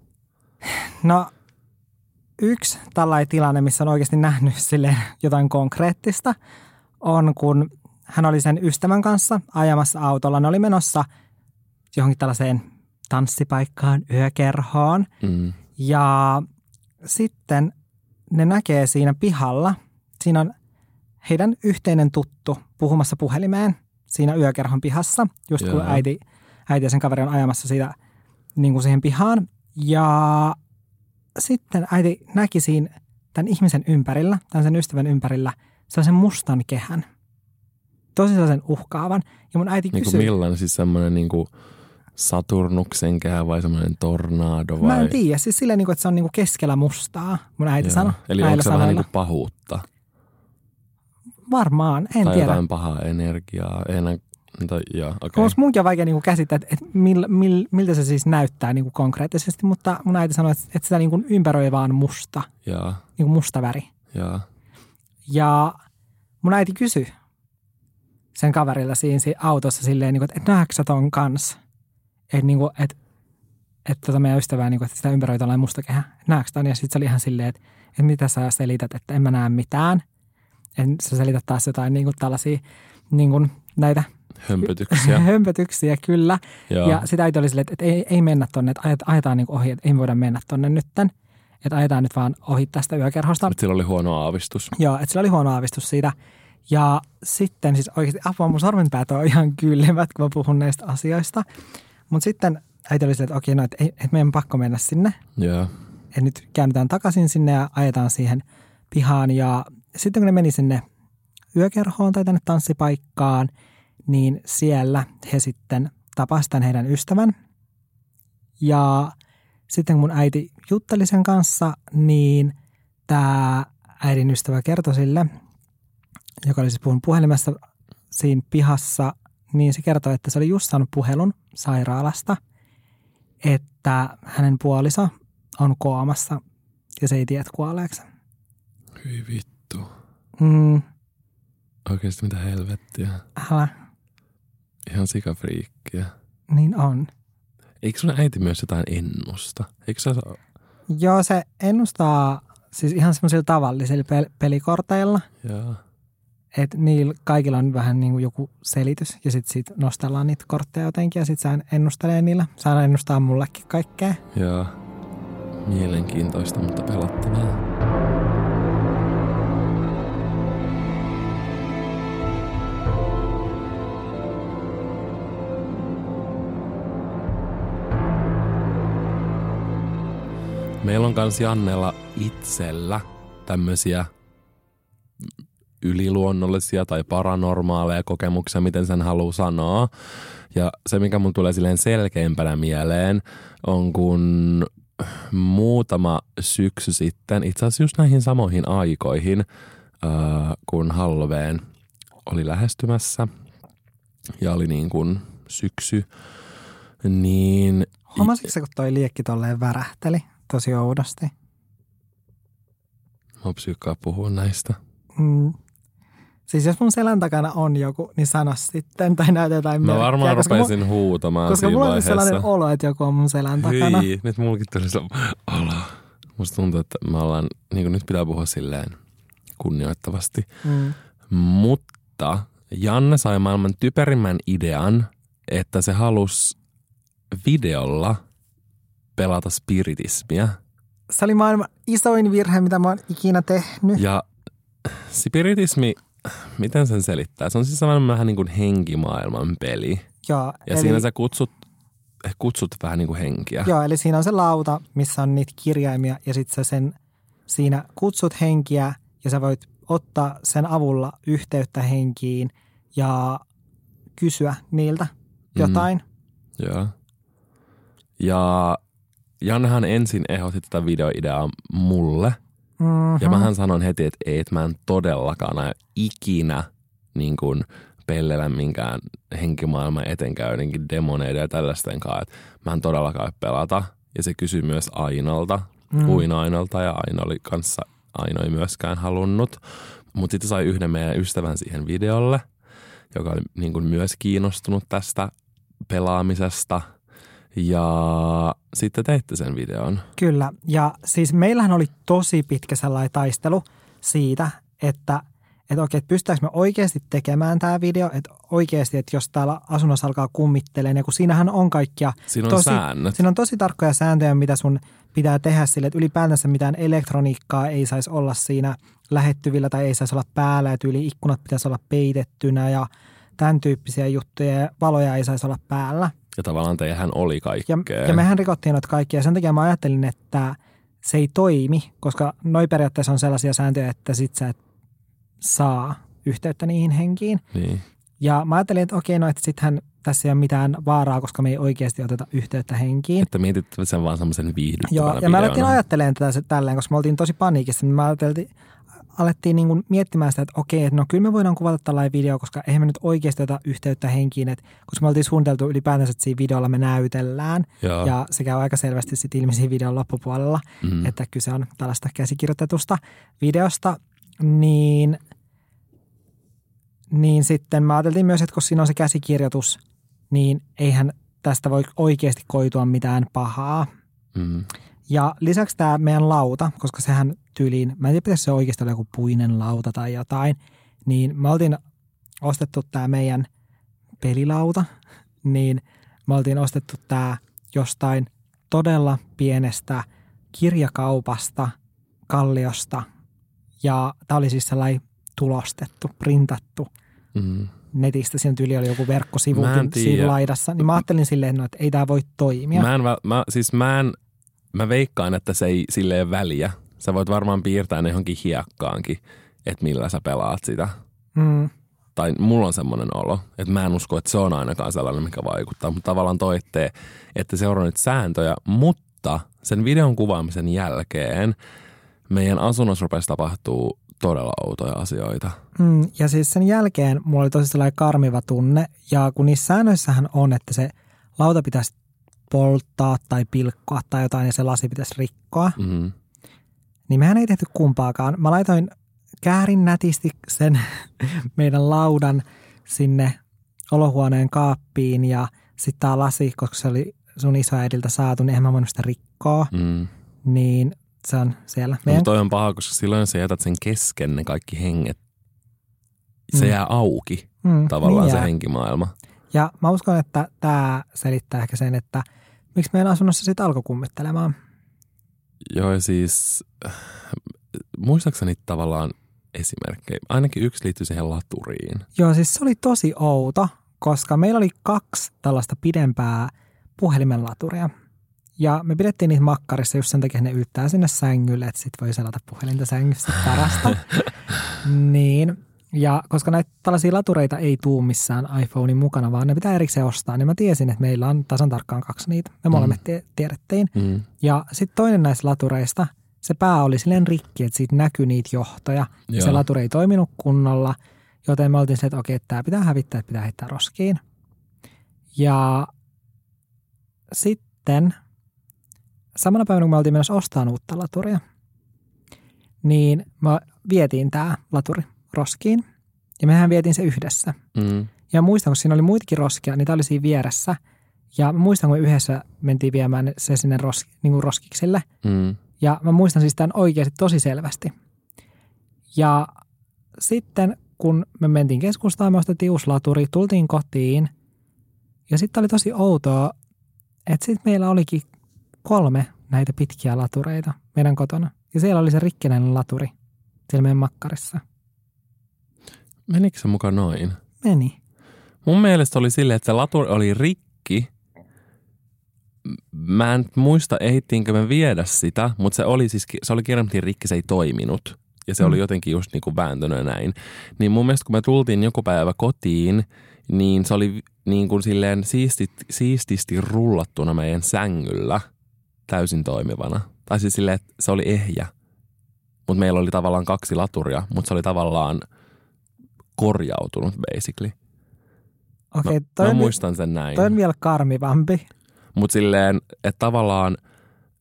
No yksi tällainen tilanne, missä on oikeasti nähnyt silleen jotain konkreettista, on kun hän oli sen ystävän kanssa ajamassa autolla. Ne oli menossa johonkin tällaiseen tanssipaikkaan, yökerhoon. Mm. Ja sitten ne näkee siinä pihalla, siinä on heidän yhteinen tuttu puhumassa puhelimeen siinä yökerhon pihassa, just kun äiti, äiti ja sen kaveri on ajamassa siitä, niin kuin siihen pihaan. Ja sitten äiti näki siinä tämän ihmisen ympärillä, tämän sen ystävän ympärillä, sellaisen mustan kehän. Tosi sellaisen uhkaavan. Ja mun äiti niin kysyi. Millainen siis semmoinen niin kuin Saturnuksen kehä vai semmoinen tornado vai? Mä en tiedä. Siis silleen, että se on niin kuin keskellä mustaa, mun äiti Joo. sanoi. Eli onko se vähän niin kuin pahuutta? Varmaan, en tai tiedä. Tai jotain pahaa energiaa. Enää, tai, joo, okei. Okay. Munkin on vaikea niin kuin käsittää, että mil, mil, miltä se siis näyttää niin kuin konkreettisesti, mutta mun äiti sanoi, että sitä niin kuin ympäröi vaan musta. Joo. Niin kuin musta väri. Joo. Ja mun äiti kysyi sen kaverilla siinä, siinä autossa silleen, että et näetkö sä ton kanssa? Että niin et, et tota meidän ystävää, niin kuin, että sitä ympäröi tällainen mustakehä. Näetkö ton? Ja sitten se oli ihan silleen, että et mitä sä selität, että en mä näe mitään. En sä selität taas jotain niin kuin tällaisia niin kuin näitä hömpötyksiä. hömpötyksiä, kyllä. Joo. Ja sitä äiti oli silleen, että ei, ei mennä tonne, että ajetaan niin kuin ohi, että ei voida mennä tonne nytten. Että ajetaan nyt vaan ohi tästä yökerhosta. Mutta sillä oli huono aavistus. Joo, että sillä oli huono aavistus siitä. Ja sitten siis oikeasti apua mun sormenpäät on ihan kylmät, kun mä puhun näistä asioista. Mutta sitten äiti oli silleen, että okei, no, että, että meidän on pakko mennä sinne. Joo. Että nyt käännytään takaisin sinne ja ajetaan siihen pihaan. Ja sitten kun ne meni sinne yökerhoon tai tänne tanssipaikkaan, niin siellä he sitten tapasivat tämän heidän ystävän. Ja sitten kun mun äiti jutteli sen kanssa, niin tämä äidin ystävä kertoi sille, joka oli siis puhunut puhelimessa siinä pihassa, niin se kertoi, että se oli just saanut puhelun sairaalasta, että hänen puoliso on koomassa ja se ei tiedä kuolleeksi. Hyi vittu. Mm. Oikeasti mitä helvettiä. Älä. Ihan sikafriikkiä. Niin on. Eikö sun äiti myös jotain ennusta? Eikö sä saa? Joo, se ennustaa siis ihan semmoisilla tavallisilla pel- pelikorteilla. Joo. Että niillä kaikilla on vähän niin kuin joku selitys ja sitten siitä nostellaan niitä kortteja jotenkin ja sitten sä ennustelee niillä. Sä ennustaa mullekin kaikkea. Joo. Mielenkiintoista, mutta pelottavaa. Meillä on kans Jannella itsellä tämmöisiä yliluonnollisia tai paranormaaleja kokemuksia, miten sen haluaa sanoa. Ja se, mikä mun tulee silleen selkeimpänä mieleen, on kun muutama syksy sitten, itse asiassa just näihin samoihin aikoihin, äh, kun Halloween oli lähestymässä ja oli niin kuin syksy, niin... Huomasitko se, kun toi liekki tolleen värähteli tosi oudosti? Mä psyykkaa puhua näistä. Mm. Siis jos mun selän takana on joku, niin sano sitten tai näytä jotain Mä merkkiä. varmaan rupesin mun, huutamaan koska siinä mulla vaiheessa. on sellainen olo, että joku on mun selän takana. Hyi, nyt mullakin tuli se olo. Musta tuntuu, että me ollaan, niin kuin nyt pitää puhua silleen kunnioittavasti. Mm. Mutta Janne sai maailman typerimmän idean, että se halusi videolla pelata spiritismiä. Se oli maailman isoin virhe, mitä mä oon ikinä tehnyt. Ja spiritismi, miten sen selittää? Se on siis sellainen vähän niin kuin henkimaailman peli. Joo. Ja eli, siinä sä kutsut, kutsut vähän niin kuin henkiä. Joo, eli siinä on se lauta, missä on niitä kirjaimia ja sit sä sen, siinä kutsut henkiä ja sä voit ottaa sen avulla yhteyttä henkiin ja kysyä niiltä jotain. Mm. Joo. Ja Jannehan ensin ehdotti tätä videoideaa mulle. Mm-hmm. Ja mähän sanon heti, että ei, että mä en todellakaan aio ikinä niin kuin pellellä minkään henkimaailman etenkään jotenkin demoneiden ja tällaistenkaan. Että mä en todellakaan pelata. Ja se kysyi myös Ainolta, mm. Uin Ainolta, ja Aino oli kanssa, Aino ei myöskään halunnut. Mutta sitten sai yhden meidän ystävän siihen videolle, joka oli niin kuin myös kiinnostunut tästä pelaamisesta. Ja sitten teitte sen videon. Kyllä. Ja siis meillähän oli tosi pitkä sellainen taistelu siitä, että että okei, että pystytäänkö me oikeasti tekemään tämä video, että oikeasti, että jos täällä asunnossa alkaa kummittelemaan, ja kun siinähän on kaikkia siinä on tosi, säännöt. Siinä on tosi tarkkoja sääntöjä, mitä sun pitää tehdä sille, että ylipäätänsä mitään elektroniikkaa ei saisi olla siinä lähettyvillä tai ei saisi olla päällä, että yli ikkunat pitäisi olla peitettynä ja tämän tyyppisiä juttuja ja valoja ei saisi olla päällä. Ja tavallaan teillähän oli kaikkea. Ja, ja mehän rikottiin noita kaikkia ja sen takia mä ajattelin, että se ei toimi, koska noi periaatteessa on sellaisia sääntöjä, että sit sä et saa yhteyttä niihin henkiin. Niin. Ja mä ajattelin, että okei, no että sittenhän tässä ei ole mitään vaaraa, koska me ei oikeasti oteta yhteyttä henkiin. Että mietit sen vaan semmoisen viihdyttävänä Joo, ja videona. mä alettiin ajattelemaan tätä tälleen, koska me oltiin tosi paniikissa. Niin mä ajattelin, alettiin niin kuin miettimään sitä, että okei, että no kyllä me voidaan kuvata tällainen video, koska eihän me nyt oikeasti ota yhteyttä henkiin, että koska me oltiin suunniteltu ylipäätänsä, että siinä videolla me näytellään. Joo. Ja se käy aika selvästi sitten ilmi siinä videon loppupuolella, mm-hmm. että kyse on tällaista käsikirjoitetusta videosta, niin... Niin sitten mä ajattelin myös, että kun siinä on se käsikirjoitus, niin eihän tästä voi oikeasti koitua mitään pahaa. Mm. Ja lisäksi tämä meidän lauta, koska sehän tyyliin, mä en tiedä, pitäisi se oikeasti olla joku puinen lauta tai jotain, niin me oltiin ostettu tämä meidän pelilauta, niin me oltiin ostettu tämä jostain todella pienestä kirjakaupasta, Kalliosta, ja tämä oli siis sellainen tulostettu, printattu mm. netistä. Siinä tyyli oli joku verkkosivukin siinä laidassa. Niin mä ajattelin silleen, no, että ei tämä voi toimia. Mä en, mä, siis mä, en, mä veikkaan, että se ei silleen väliä. Sä voit varmaan piirtää ne johonkin hiekkaankin, että millä sä pelaat sitä. Mm. Tai mulla on semmoinen olo, että mä en usko, että se on ainakaan sellainen, mikä vaikuttaa. Mutta tavallaan toi, että, että seuraa nyt sääntöjä, mutta sen videon kuvaamisen jälkeen meidän asunnossa rupesi tapahtuu todella outoja asioita. Mm, ja siis sen jälkeen mulla oli tosi sellainen karmiva tunne. Ja kun niissä säännöissähän on, että se lauta pitäisi polttaa tai pilkkoa tai jotain ja se lasi pitäisi rikkoa. Mm-hmm. Niin mehän ei tehty kumpaakaan. Mä laitoin käärin nätisti sen meidän laudan sinne olohuoneen kaappiin ja sitten tää lasi, koska se oli sun isoäidiltä saatu, niin eihän mä voinut sitä rikkoa. Mm. Niin se on siellä. Meidän... No, toi on paha, koska silloin sä jätät sen kesken ne kaikki henget. Se mm. jää auki mm, tavallaan niin se jää. Henkimaailma. Ja mä uskon, että tämä selittää ehkä sen, että miksi meidän asunnossa sitten alkoi kummittelemaan. Joo, ja siis muistaakseni tavallaan esimerkkejä. Ainakin yksi liittyy siihen laturiin. Joo, siis se oli tosi outo, koska meillä oli kaksi tällaista pidempää puhelimen laturia. Ja me pidettiin niitä makkarissa just sen takia, että ne yltää sinne sängylle, että sit voi selata puhelinta sängystä parasta. Niin, ja koska näitä tällaisia latureita ei tuu missään iPhonein mukana, vaan ne pitää erikseen ostaa, niin mä tiesin, että meillä on tasan tarkkaan kaksi niitä. Me molemmat mm. tiedettiin. Mm. Ja sitten toinen näistä latureista, se pää oli silleen rikki, että siitä näkyi niitä johtoja. Ja se laturi ei toiminut kunnolla, joten me oltiin se, että okei, tämä pitää hävittää, että pitää heittää roskiin. Ja sitten samana päivänä, kun me oltiin menossa ostamaan uutta laturia, niin me vietiin tämä laturi roskiin. Ja mehän vietiin se yhdessä. Mm. Ja muistan, kun siinä oli muitakin roskia, niin tämä oli siinä vieressä. Ja mä muistan, kun me yhdessä mentiin viemään se sinne ros, niin kuin roskiksille. Mm. Ja mä muistan siis tämän oikeasti tosi selvästi. Ja sitten, kun me mentiin keskustaan, me ostettiin uusi laturi, tultiin kotiin. Ja sitten oli tosi outoa, että sitten meillä olikin kolme näitä pitkiä latureita meidän kotona. Ja siellä oli se rikkinäinen laturi siellä meidän makkarissa. Menikö se mukaan noin? Meni. Mun mielestä oli silleen, että se laturi oli rikki. Mä en muista, ehittiinkö me viedä sitä, mutta se oli siis, se oli kirjoitettiin rikki, se ei toiminut. Ja se mm. oli jotenkin just niin kuin vääntönyt näin. Niin mun mielestä, kun me tultiin joku päivä kotiin, niin se oli niin kuin silleen siistit, siististi rullattuna meidän sängyllä täysin toimivana. Tai siis silleen, että se oli ehjä. Mutta meillä oli tavallaan kaksi laturia, mutta se oli tavallaan korjautunut basically. Okei, okay, mä, mä muistan sen näin. Toi on vielä karmivampi. Mutta silleen, että tavallaan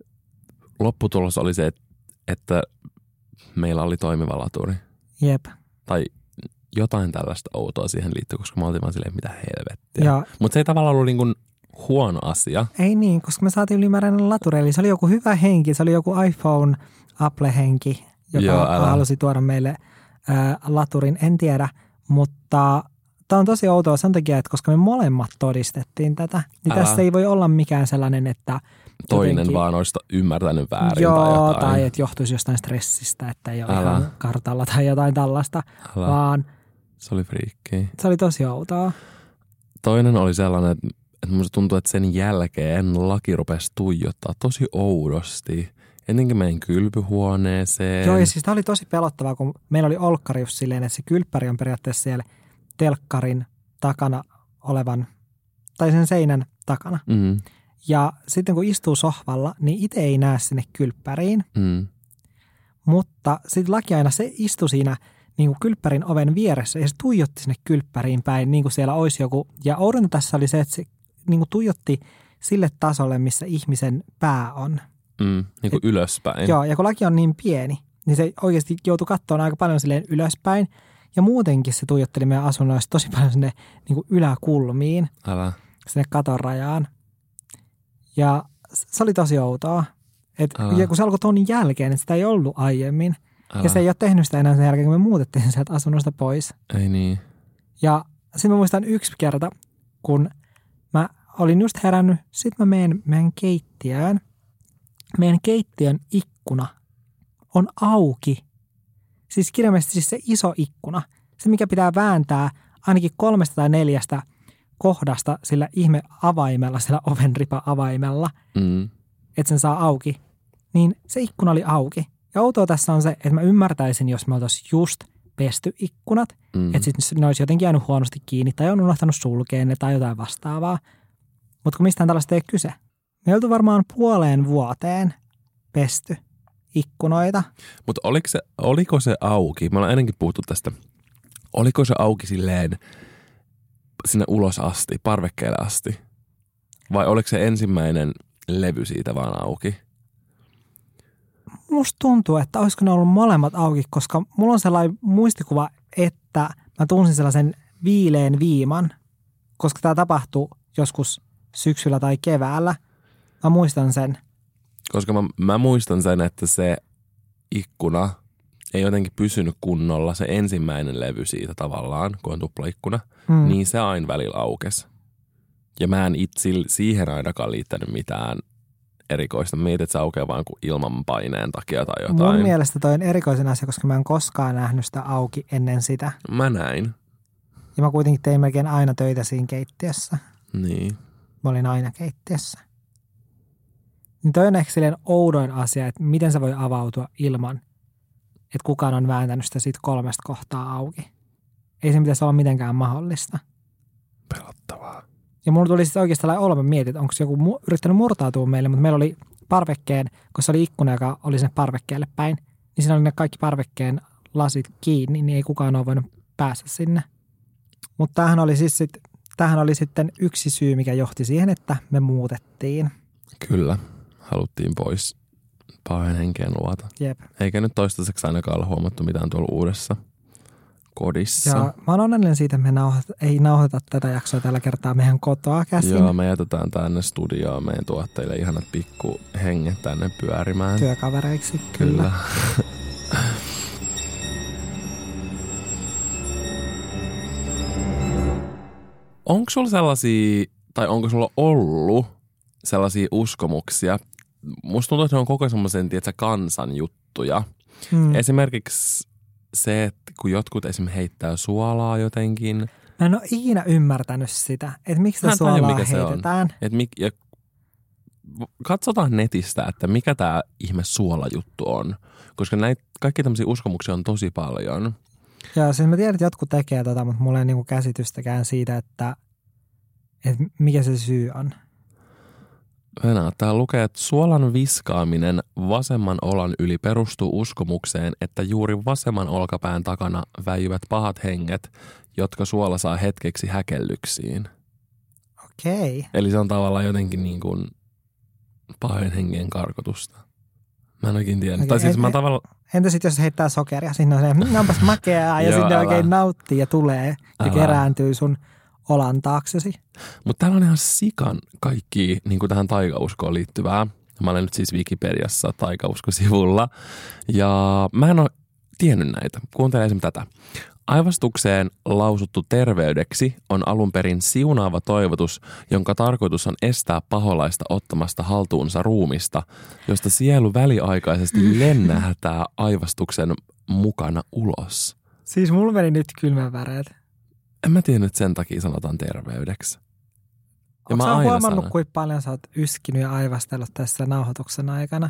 lopputulos oli se, että, että meillä oli toimiva laturi. Jep. Tai jotain tällaista outoa siihen liittyy, koska mä oltiin vaan silleen, mitä helvettiä. Mutta se ei tavallaan ollut niin kuin huono asia. Ei niin, koska me saatiin ylimääräinen laturi. Eli se oli joku hyvä henki, se oli joku iPhone Apple-henki, joka Joo, halusi tuoda meille ää, laturin. En tiedä, mutta tämä on tosi outoa sen takia, että koska me molemmat todistettiin tätä, niin älä. Tässä ei voi olla mikään sellainen, että toinen jotenkin, vaan olisi ymmärtänyt väärin joo, tai jotain. tai että johtuisi jostain stressistä, että ei ole älä. Ihan kartalla tai jotain tällaista, älä. Vaan se oli friikkiä. Se oli tosi outoa. Toinen oli sellainen, että, että musta tuntuu, että sen jälkeen laki rupesi tuijottaa tosi oudosti. Ennenkin meidän kylpyhuoneeseen. Joo, ja siis tämä oli tosi pelottavaa, kun meillä oli olkkari just silleen, että se kylppäri on periaatteessa siellä telkkarin takana olevan, tai sen seinän takana. Mm. Ja sitten kun istuu sohvalla, niin itse ei näe sinne kylppäriin. Mm. Mutta sitten laki aina se istui siinä niin kuin kylppärin oven vieressä ja se tuijotti sinne kylppäriin päin, niin kuin siellä olisi joku. Ja oudonta tässä oli se, että se niin kuin tuijotti sille tasolle, missä ihmisen pää on. Mm, niin kuin Et, ylöspäin. Joo, ja kun laki on niin pieni, niin se oikeasti joutui katsomaan aika paljon silleen ylöspäin. Ja muutenkin se tuijotteli meidän asunnoista tosi paljon sinne niin kuin yläkulmiin, Älä. sinne katon rajaan. Ja se oli tosi outoa. Et, ja kun se alkoi ton jälkeen, että sitä ei ollut aiemmin. Älä. Ja se ei ole tehnyt sitä enää sen jälkeen, kun me muutettiin sieltä asunnosta pois. Ei niin. Ja sitten mä muistan yksi kerta, kun mä olin just herännyt, sit mä menen meidän keittiöön. Meidän keittiön ikkuna on auki. Siis kirjaimellisesti siis se iso ikkuna. Se, mikä pitää vääntää ainakin kolmesta tai neljästä kohdasta sillä ihme avaimella, sillä ovenripa-avaimella, mm. että sen saa auki. Niin se ikkuna oli auki. Ja outoa tässä on se, että mä ymmärtäisin, jos me oltaisiin just pesty ikkunat, mm. että sitten ne olisi jotenkin jäänyt huonosti kiinni tai on unohtanut sulkeen ne tai jotain vastaavaa. Mutta kun mistään tällaista ei kyse. Me oltu varmaan puoleen vuoteen pesty ikkunoita. Mutta oliko se, oliko se auki? Me ollaan ennenkin puhuttu tästä. Oliko se auki silleen sinne ulos asti, parvekkeelle asti? Vai oliko se ensimmäinen levy siitä vaan auki? Musta tuntuu, että olisiko ne ollut molemmat auki, koska mulla on sellainen muistikuva, että mä tunsin sellaisen viileän viiman, koska tämä tapahtui joskus syksyllä tai keväällä. Mä muistan sen. Koska mä, mä muistan sen, että se ikkuna ei jotenkin pysynyt kunnolla, se ensimmäinen levy siitä tavallaan, kun on tuplaikkuna, hmm. niin se aina välillä aukesi. Ja mä en itse siihen ainakaan liittänyt mitään erikoista. Mietit, että se aukeaa vaan kuin ilmanpaineen takia tai jotain. Mun mielestä toi on erikoisen asia, koska mä en koskaan nähnyt sitä auki ennen sitä. Mä näin. Ja mä kuitenkin tein melkein aina töitä siinä keittiössä. Niin. Mä olin aina keittiössä. Niin toi on ehkä silleen oudoin asia, että miten se voi avautua ilman, että kukaan on vääntänyt sitä siitä kolmesta kohtaa auki. Ei se pitäisi olla mitenkään mahdollista. Pelottavaa. Ja mulla tuli sitten oikeastaan sellainen olo, mä mietin, että onko se joku mu- yrittänyt murtautua meille, mutta meillä oli parvekkeen, kun se oli ikkuna, joka oli sinne parvekkeelle päin, niin siinä oli ne kaikki parvekkeen lasit kiinni, niin ei kukaan ole voinut päästä sinne. Mutta tämähän oli siis sit, tämähän oli sitten yksi syy, mikä johti siihen, että me muutettiin. Kyllä, haluttiin pois pahojen henkeen luota. Jep. Eikä nyt toistaiseksi ainakaan ole huomattu mitään tuolla uudessa kodissa. Ja mä oon onnellinen siitä, että me nauhoita, ei nauhoita tätä jaksoa tällä kertaa meidän kotoa käsin. Joo, me jätetään tänne studioon meidän tuottajille ihanat pikku henget tänne pyörimään. Työkavereiksi, kyllä. kyllä. Onko sulla sellaisia, tai onko sulla ollut sellaisia uskomuksia? Musta tuntuu, että ne on koko semmoisen, tiedätkö, kansan juttuja. Hmm. Esimerkiksi se, että kun jotkut esimerkiksi heittää suolaa jotenkin. Mä en ole ikinä ymmärtänyt sitä, että miksi sitä suolaa heitetään. Et mik, ja katsotaan netistä, että mikä tämä ihme suolajuttu on. Koska näitä kaikki tämmöisiä uskomuksia on tosi paljon. Joo, siis mä tiedän, että jotkut tekee tota, mutta mulla ei niinku käsitystäkään siitä, että, että mikä se syy on. Venä, täällä lukee, että suolan viskaaminen vasemman olan yli perustuu uskomukseen, että juuri vasemman olkapään takana väijyvät pahat henget, jotka suola saa hetkeksi häkellyksiin. Okei. Eli se on tavallaan jotenkin niin kuin pahojen hengen karkotusta. Mä en oikein tiedä. Okay, tai siis en, mä tavallaan... Entä sitten jos heittää sokeria? Siinä on se, onpas makeaa ja sitten oikein nauttii ja tulee ja älä. Kerääntyy sun olan taaksesi. Mutta täällä on ihan sikan kaikki niin kuin tähän taikauskoon liittyvää. Mä olen nyt siis Wikipediassa taikauskosivulla ja mä en ole tiennyt näitä. Kuuntele esimerkiksi tätä. Aivastukseen lausuttu terveydeksi on alun perin siunaava toivotus, jonka tarkoitus on estää paholaista ottamasta haltuunsa ruumista, josta sielu väliaikaisesti lennähtää aivastuksen mukana ulos. Siis mulla meni nyt kylmän väreet. En mä tiedä, että sen takia sanotaan terveydeksi. Onko sä huomannut, kuinka paljon sä oot yskinyt ja aivastellut tässä nauhoituksen aikana?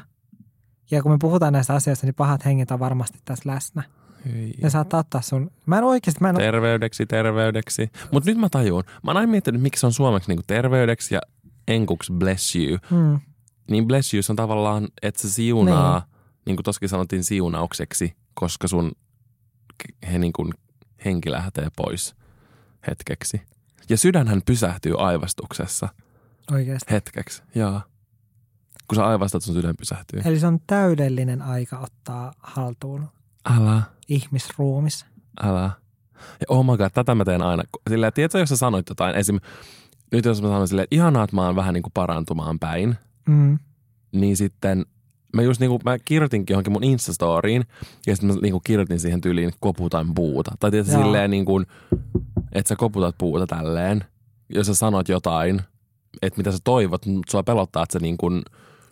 Ja kun me puhutaan näistä asioista, niin pahat henget on varmasti tässä läsnä. Hyi. Ne saattaa ottaa sun... Mä en oikeasti... Mä en... Terveydeksi, terveydeksi. Mutta nyt mä tajun. Mä oon aina miettinyt, miksi se on suomeksi niinku terveydeksi ja enkuksi bless you. Hmm. Niin bless you on tavallaan, että se siunaa, niin, niin kuin toskin sanottiin siunaukseksi, koska sun he, niin kuin, henki lähtee pois hetkeksi. Ja sydänhän pysähtyy aivastuksessa. Oikeasti? Hetkeksi, jaa. Kun sä aivastat, sun sydän pysähtyy. Eli se on täydellinen aika ottaa haltuun. Älä. Ihmisruumis. Älä. Ja oh my god, tätä mä teen aina. Silleen, tiedätkö, jos sä sanoit jotain, esim. Nyt jos mä sanon silleen, että ihanaa, että mä oon vähän niin kuin parantumaan päin, mm. niin sitten mä just niin kuin, mä kirjoitinkin johonkin mun Instastoriin, ja sitten mä niin kuin kirjoitin siihen tyyliin koputan puuta. Tai tiedätkö, silleen niin kuin, että sä koputat puuta tälleen, jos sä sanot jotain, että mitä sä toivot, mutta sua pelottaa, että se niin kuin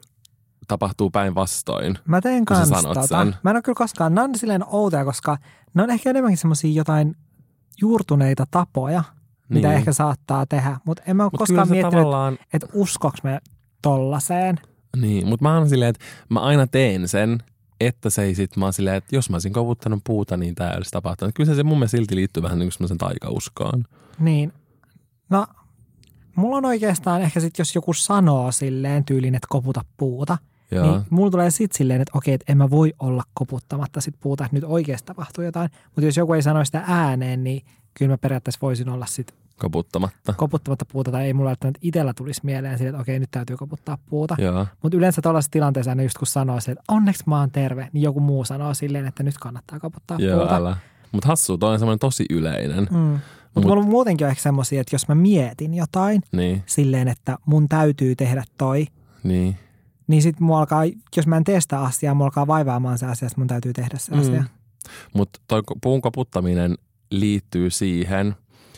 tapahtuu päinvastoin. Mä teen kanssa tota. Mä en ole kyllä koskaan, ne on silleen outoja, koska ne on ehkä enemmänkin semmosia jotain juurtuneita tapoja, niin. mitä ehkä saattaa tehdä. Mutta en mä ole Mut koskaan miettinyt, tavallaan... että uskoks me tollaseen. Niin, mutta mä oon silleen, että mä aina teen sen, että se ei sit, mä oon silleen, että jos mä olisin kovuttanut puuta, niin tää ei olisi tapahtunut. Kyllä se mun mielestä silti liittyy vähän niin kuin semmoisen taikauskoon. Niin. No, mulla on oikeastaan ehkä sit, jos joku sanoo silleen tyylin, että koputa puuta, Joo. niin mulla tulee sit silleen, että okei, että en mä voi olla koputtamatta sit puuta, että nyt oikeasti tapahtuu jotain. Mutta jos joku ei sano sitä ääneen, niin kyllä mä periaatteessa voisin olla sit koputtamatta. Koputtamatta puuta, tai ei mulla välttämättä itsellä tulisi mieleen silleen, että okei, nyt täytyy koputtaa puuta. Joo. Mutta yleensä tuollaisessa tilanteessa aina just kun sanoo silleen, että onneksi mä oon terve, niin joku muu sanoo silleen, että nyt kannattaa koputtaa Joo, puuta. Älä. Mutta hassua, toi on semmoinen tosi yleinen. Mm. Mutta Mut, mulla muutenkin on ehkä semmosia, että jos mä mietin jotain niin. silleen, että mun täytyy tehdä toi, niin, niin sit mua alkaa, jos mä en tee sitä asiaa, mua alkaa vaivaamaan se asia, että mun täytyy tehdä se mm. asia. Mutta toi puun koputtaminen liittyy siihen,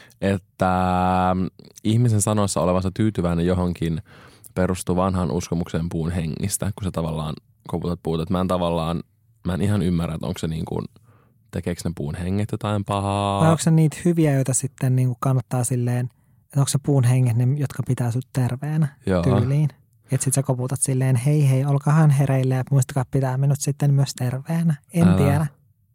että ihmisen sanoissa olevansa tyytyväinen johonkin perustuu vanhaan uskomukseen puun hengistä, kun sä tavallaan koputat puuta. Mä en tavallaan, mä en ihan ymmärrä, että onko se niin kuin, tekeekö ne puun henget jotain pahaa? Vai onko se niitä hyviä, joita sitten niin kuin kannattaa silleen, että onko se puun henget ne, jotka pitää sut terveenä Joo. tyyliin? Että sit sä koputat silleen, hei hei, olkahan hereille ja muistakaa pitää minut sitten myös terveenä. En Älä. tiedä.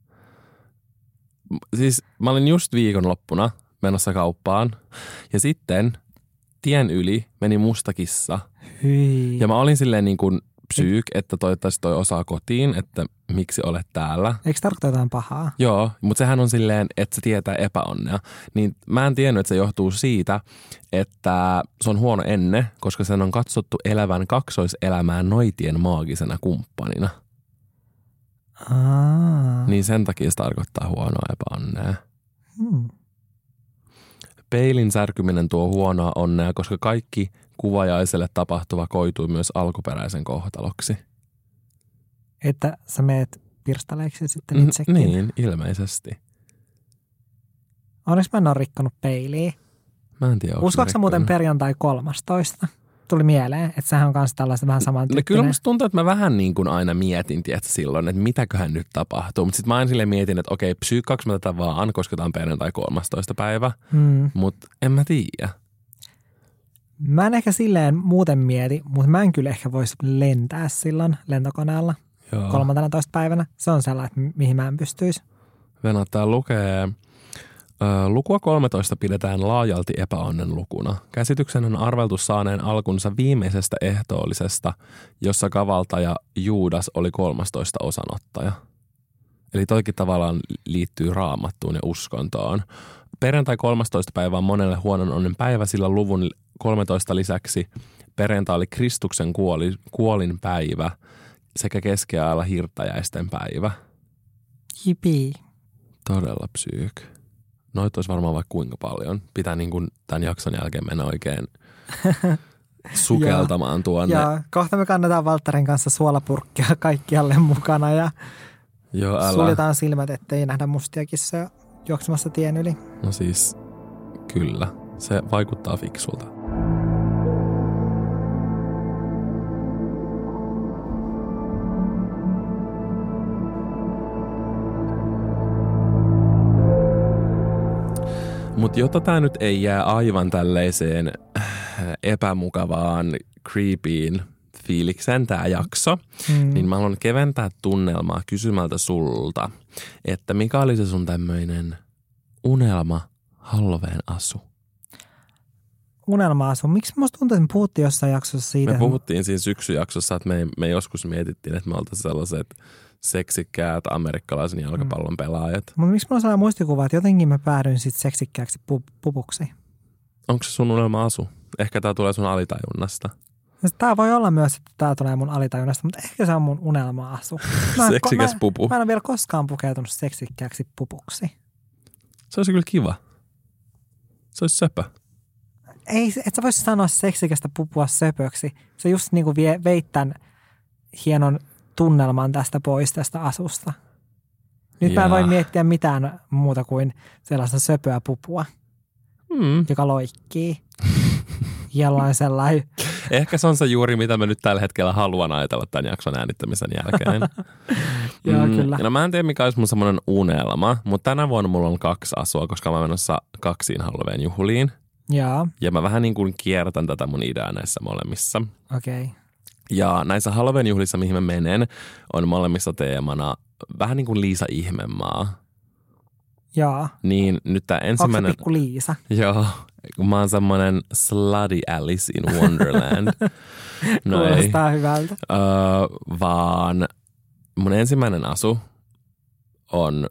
Siis mä olin just viikonloppuna menossa kauppaan ja sitten tien yli meni musta kissa. Hyi. Ja mä olin silleen niin kuin psyyk, että toivottavasti toi osaa kotiin, että miksi olet täällä. Eikö tarkoita jotain pahaa? Joo, mutta sehän on silleen, että se tietää epäonnea. Niin mä en tiennyt, että se johtuu siitä, että se on huono enne, koska sen on katsottu elävän kaksoiselämää noitien maagisena kumppanina. Aa. Niin sen takia se tarkoittaa huonoa epäonnea. Hmm. Peilin särkyminen tuo huonoa onnea, koska kaikki kuvajaiselle tapahtuva koituu myös alkuperäisen kohtaloksi. Että sä meet pirstaleiksi sitten itsekin? Niin, ilmeisesti. Onneksi mä en ole rikkonut peiliä. Mä en tiedä, uskoatko sä muuten perjantai kolmastoista? Tuli mieleen, että sehän on myös tällaista vähän samantyyppinen. No kyllä musta tuntuu, että mä vähän niin kuin aina mietin, tiedätkö, silloin, että mitäköhän nyt tapahtuu. Mutta sitten mä aina silleen mietin, että okei, psyykkaaks mä tätä vaan, koska tää on perjantai kolmastoista päivä. Hmm. Mutta en mä tiedä. Mä en ehkä silleen muuten mieti, mutta mä en kyllä ehkä voisi lentää silloin lentokoneella Joo. kolmanteenatoista päivänä. Se on sellainen, mihin mä en pystyisi. Venattaa lukee. Lukua kolmetoista pidetään laajalti epäonnen lukuna. Käsityksen on arveltu saaneen alkunsa viimeisestä ehtoollisesta, jossa kavaltaja Juudas oli kolmastoista osanottaja. Eli toikin tavallaan liittyy raamattuun ja uskontoon. Perjantai kolmastoista päivä on monelle huonon onnen päivä, sillä luvun kolmetoista lisäksi perjantai oli Kristuksen kuoli, kuolin päivä sekä keskiajalla hirttäjäisten päivä. Jipii. Todella psyyk. Noita olisi varmaan vaikka kuinka paljon. Pitää niin kuin tämän jakson jälkeen mennä oikein sukeltamaan tuonne. Joo, kohta me kannetaan Valtterin kanssa suolapurkkia kaikkialle mukana ja Joo, älä. suljetaan silmät, ettei nähdä mustia kissoja juoksemassa tien yli. No siis, kyllä. Se vaikuttaa fiksulta. Mutta jotta tämä nyt ei jää aivan tällaiseen epämukavaan, creepyin fiilikseen tämä jakso, mm. niin mä haluan keventää tunnelmaa kysymältä sulta, että mikä oli se sun tämmöinen unelma Halloween asu? Unelma-asu. Miksi musta tuntuu, että me puhuttiin jossain jaksossa siitä? Me puhuttiin siinä syksyjaksossa, että me, me joskus mietittiin, että me oltaisiin sellaiset seksikkäät amerikkalaisen jalkapallon pelaajat. Mutta miksi mulla on sellainen muistikuva, että jotenkin mä päädyin sitten seksikkääksi pu- pupuksi? Onko se sun unelma-asu? Ehkä tää tulee sun alitajunnasta. Tää voi olla myös, että tää tulee mun alitajunnasta, mutta ehkä se on mun unelma-asu. Mä, Seksikäs mä, pupu. Mä en ole vielä koskaan pukeutunut seksikkääksi pupuksi. Se olisi kyllä kiva. Se olisi söpö. Ei, et sä voisi sanoa seksikästä pupua söpöksi. Se just niinku vie, veit tämän hienon tunnelman tästä pois tästä asusta. Nyt Jaa. Mä en voi miettiä mitään muuta kuin sellaista söpöä pupua, mm. joka loikkii. Jollain sellainen. Ehkä se on se juuri, mitä mä nyt tällä hetkellä haluan ajatella tämän jakson äänittämisen jälkeen. Joo, mm, kyllä. No mä en tiedä, mikä olisi mun semmoinen unelma, mutta tänä vuonna mulla on kaksi asua, koska mä oon menossa kaksiin Halloween juhliin. Jaa. Ja mä vähän niin kuin kiertän tätä mun ideaa näissä molemmissa. Okei. Okay. Ja näissä Halloween juhlissa, mihin mä menen, on molemmissa teemana vähän niin kuin Liisa Ihmemaa. Jaa. Niin nyt tää ensimmäinen... Onko se pikku Liisa? Joo. Mä oon semmonen slutty Alice in Wonderland. No kuulostaa ei. Hyvältä. Öö, vaan mun ensimmäinen asu on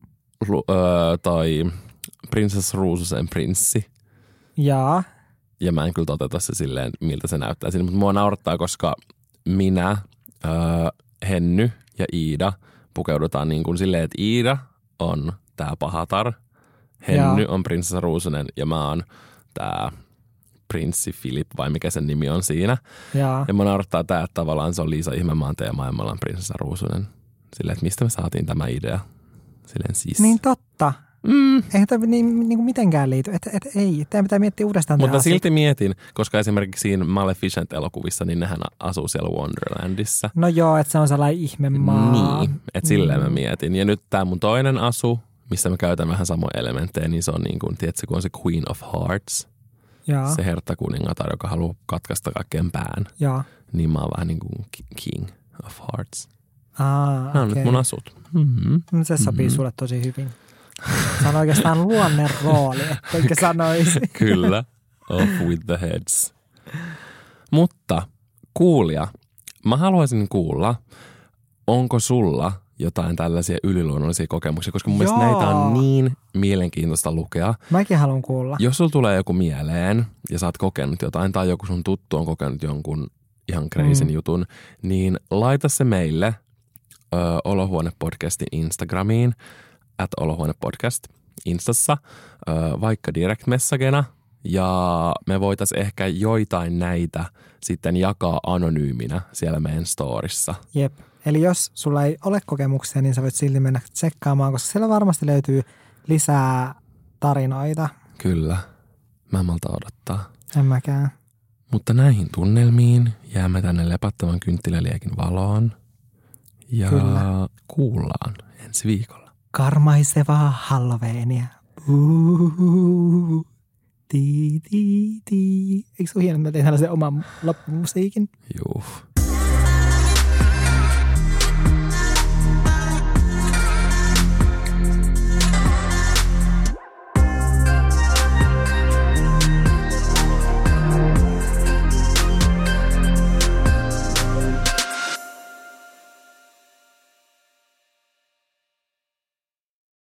öö, toi Prinsess Ruususen prinssi. Jaa. Ja mä en kyllä toteuta se silleen, miltä se näyttää siinä. Mutta mua naurattaa, koska minä, öö, Henny ja Iida pukeudutaan niin kuin silleen, että Iida on tää pahatar. Henny Jaa. on prinsessa Ruusunen ja mä oon tää prinssi Filip vai mikä sen nimi on siinä. Jaa. Ja mä naurattaa tää, että tavallaan se on Liisa Ihmemaan teema ja mä ollaan prinsessa Ruusunen. Silleen, että mistä me saatiin tämä idea? Silleen siis. Niin totta. Mm. Eihän tämä niin, niin kuin mitenkään liity. Et, et, ei, tämä pitää miettiä uudestaan. Mutta silti mietin, koska esimerkiksi siinä Maleficent-elokuvissa, niin nehän asuu siellä Wonderlandissa. No joo, että se on sellainen ihmemaa. Niin, että silleen mm. mä mietin. Ja nyt tämä mun toinen asu, missä mä käytän vähän samoja elementtejä, niin se on niin kuin, tiedätkö, kun on se Queen of Hearts. Jaa. Se herttakuningatar, joka haluaa katkaista kaikkeen pään. Jaa. Niin mä oon vähän niin kuin King of Hearts. Aa, Nämä on okay. nyt mun asut. Mm-hmm. Se sopii mm-hmm. sulle tosi hyvin. Se on oikeastaan luonne rooli, etteikö sanoisi. Kyllä. Off with the heads. Mutta kuulija, mä haluaisin kuulla, onko sulla jotain tällaisia yliluonnollisia kokemuksia, koska mun Joo. mielestä näitä on niin mielenkiintoista lukea. Mäkin haluan kuulla. Jos sulla tulee joku mieleen ja sä oot kokenut jotain tai joku sun tuttu on kokenut jonkun ihan crazyn mm. jutun, niin laita se meille ö, Olohuone-podcastin Instagramiin, at Olohuone-podcast Instassa, ö, vaikka direct messagena, ja me voitaisiin ehkä joitain näitä sitten jakaa anonyyminä siellä meidän storissa. Jep. Eli jos sulla ei ole kokemuksia, niin sä voit silti mennä tsekkaamaan, koska siellä varmasti löytyy lisää tarinoita. Kyllä. Mä en malta odottaa. En mäkään. Mutta näihin tunnelmiin jäämme tänne lepättävän kynttiläliekin valoon. Ja Kyllä. kuullaan ensi viikolla. Karmaisevaa Halloweenia. Uhuhu. Tii, tii, tii. Eikö se ole hienoa, että mä tein tällaisen oman loppumusiikin? Juu.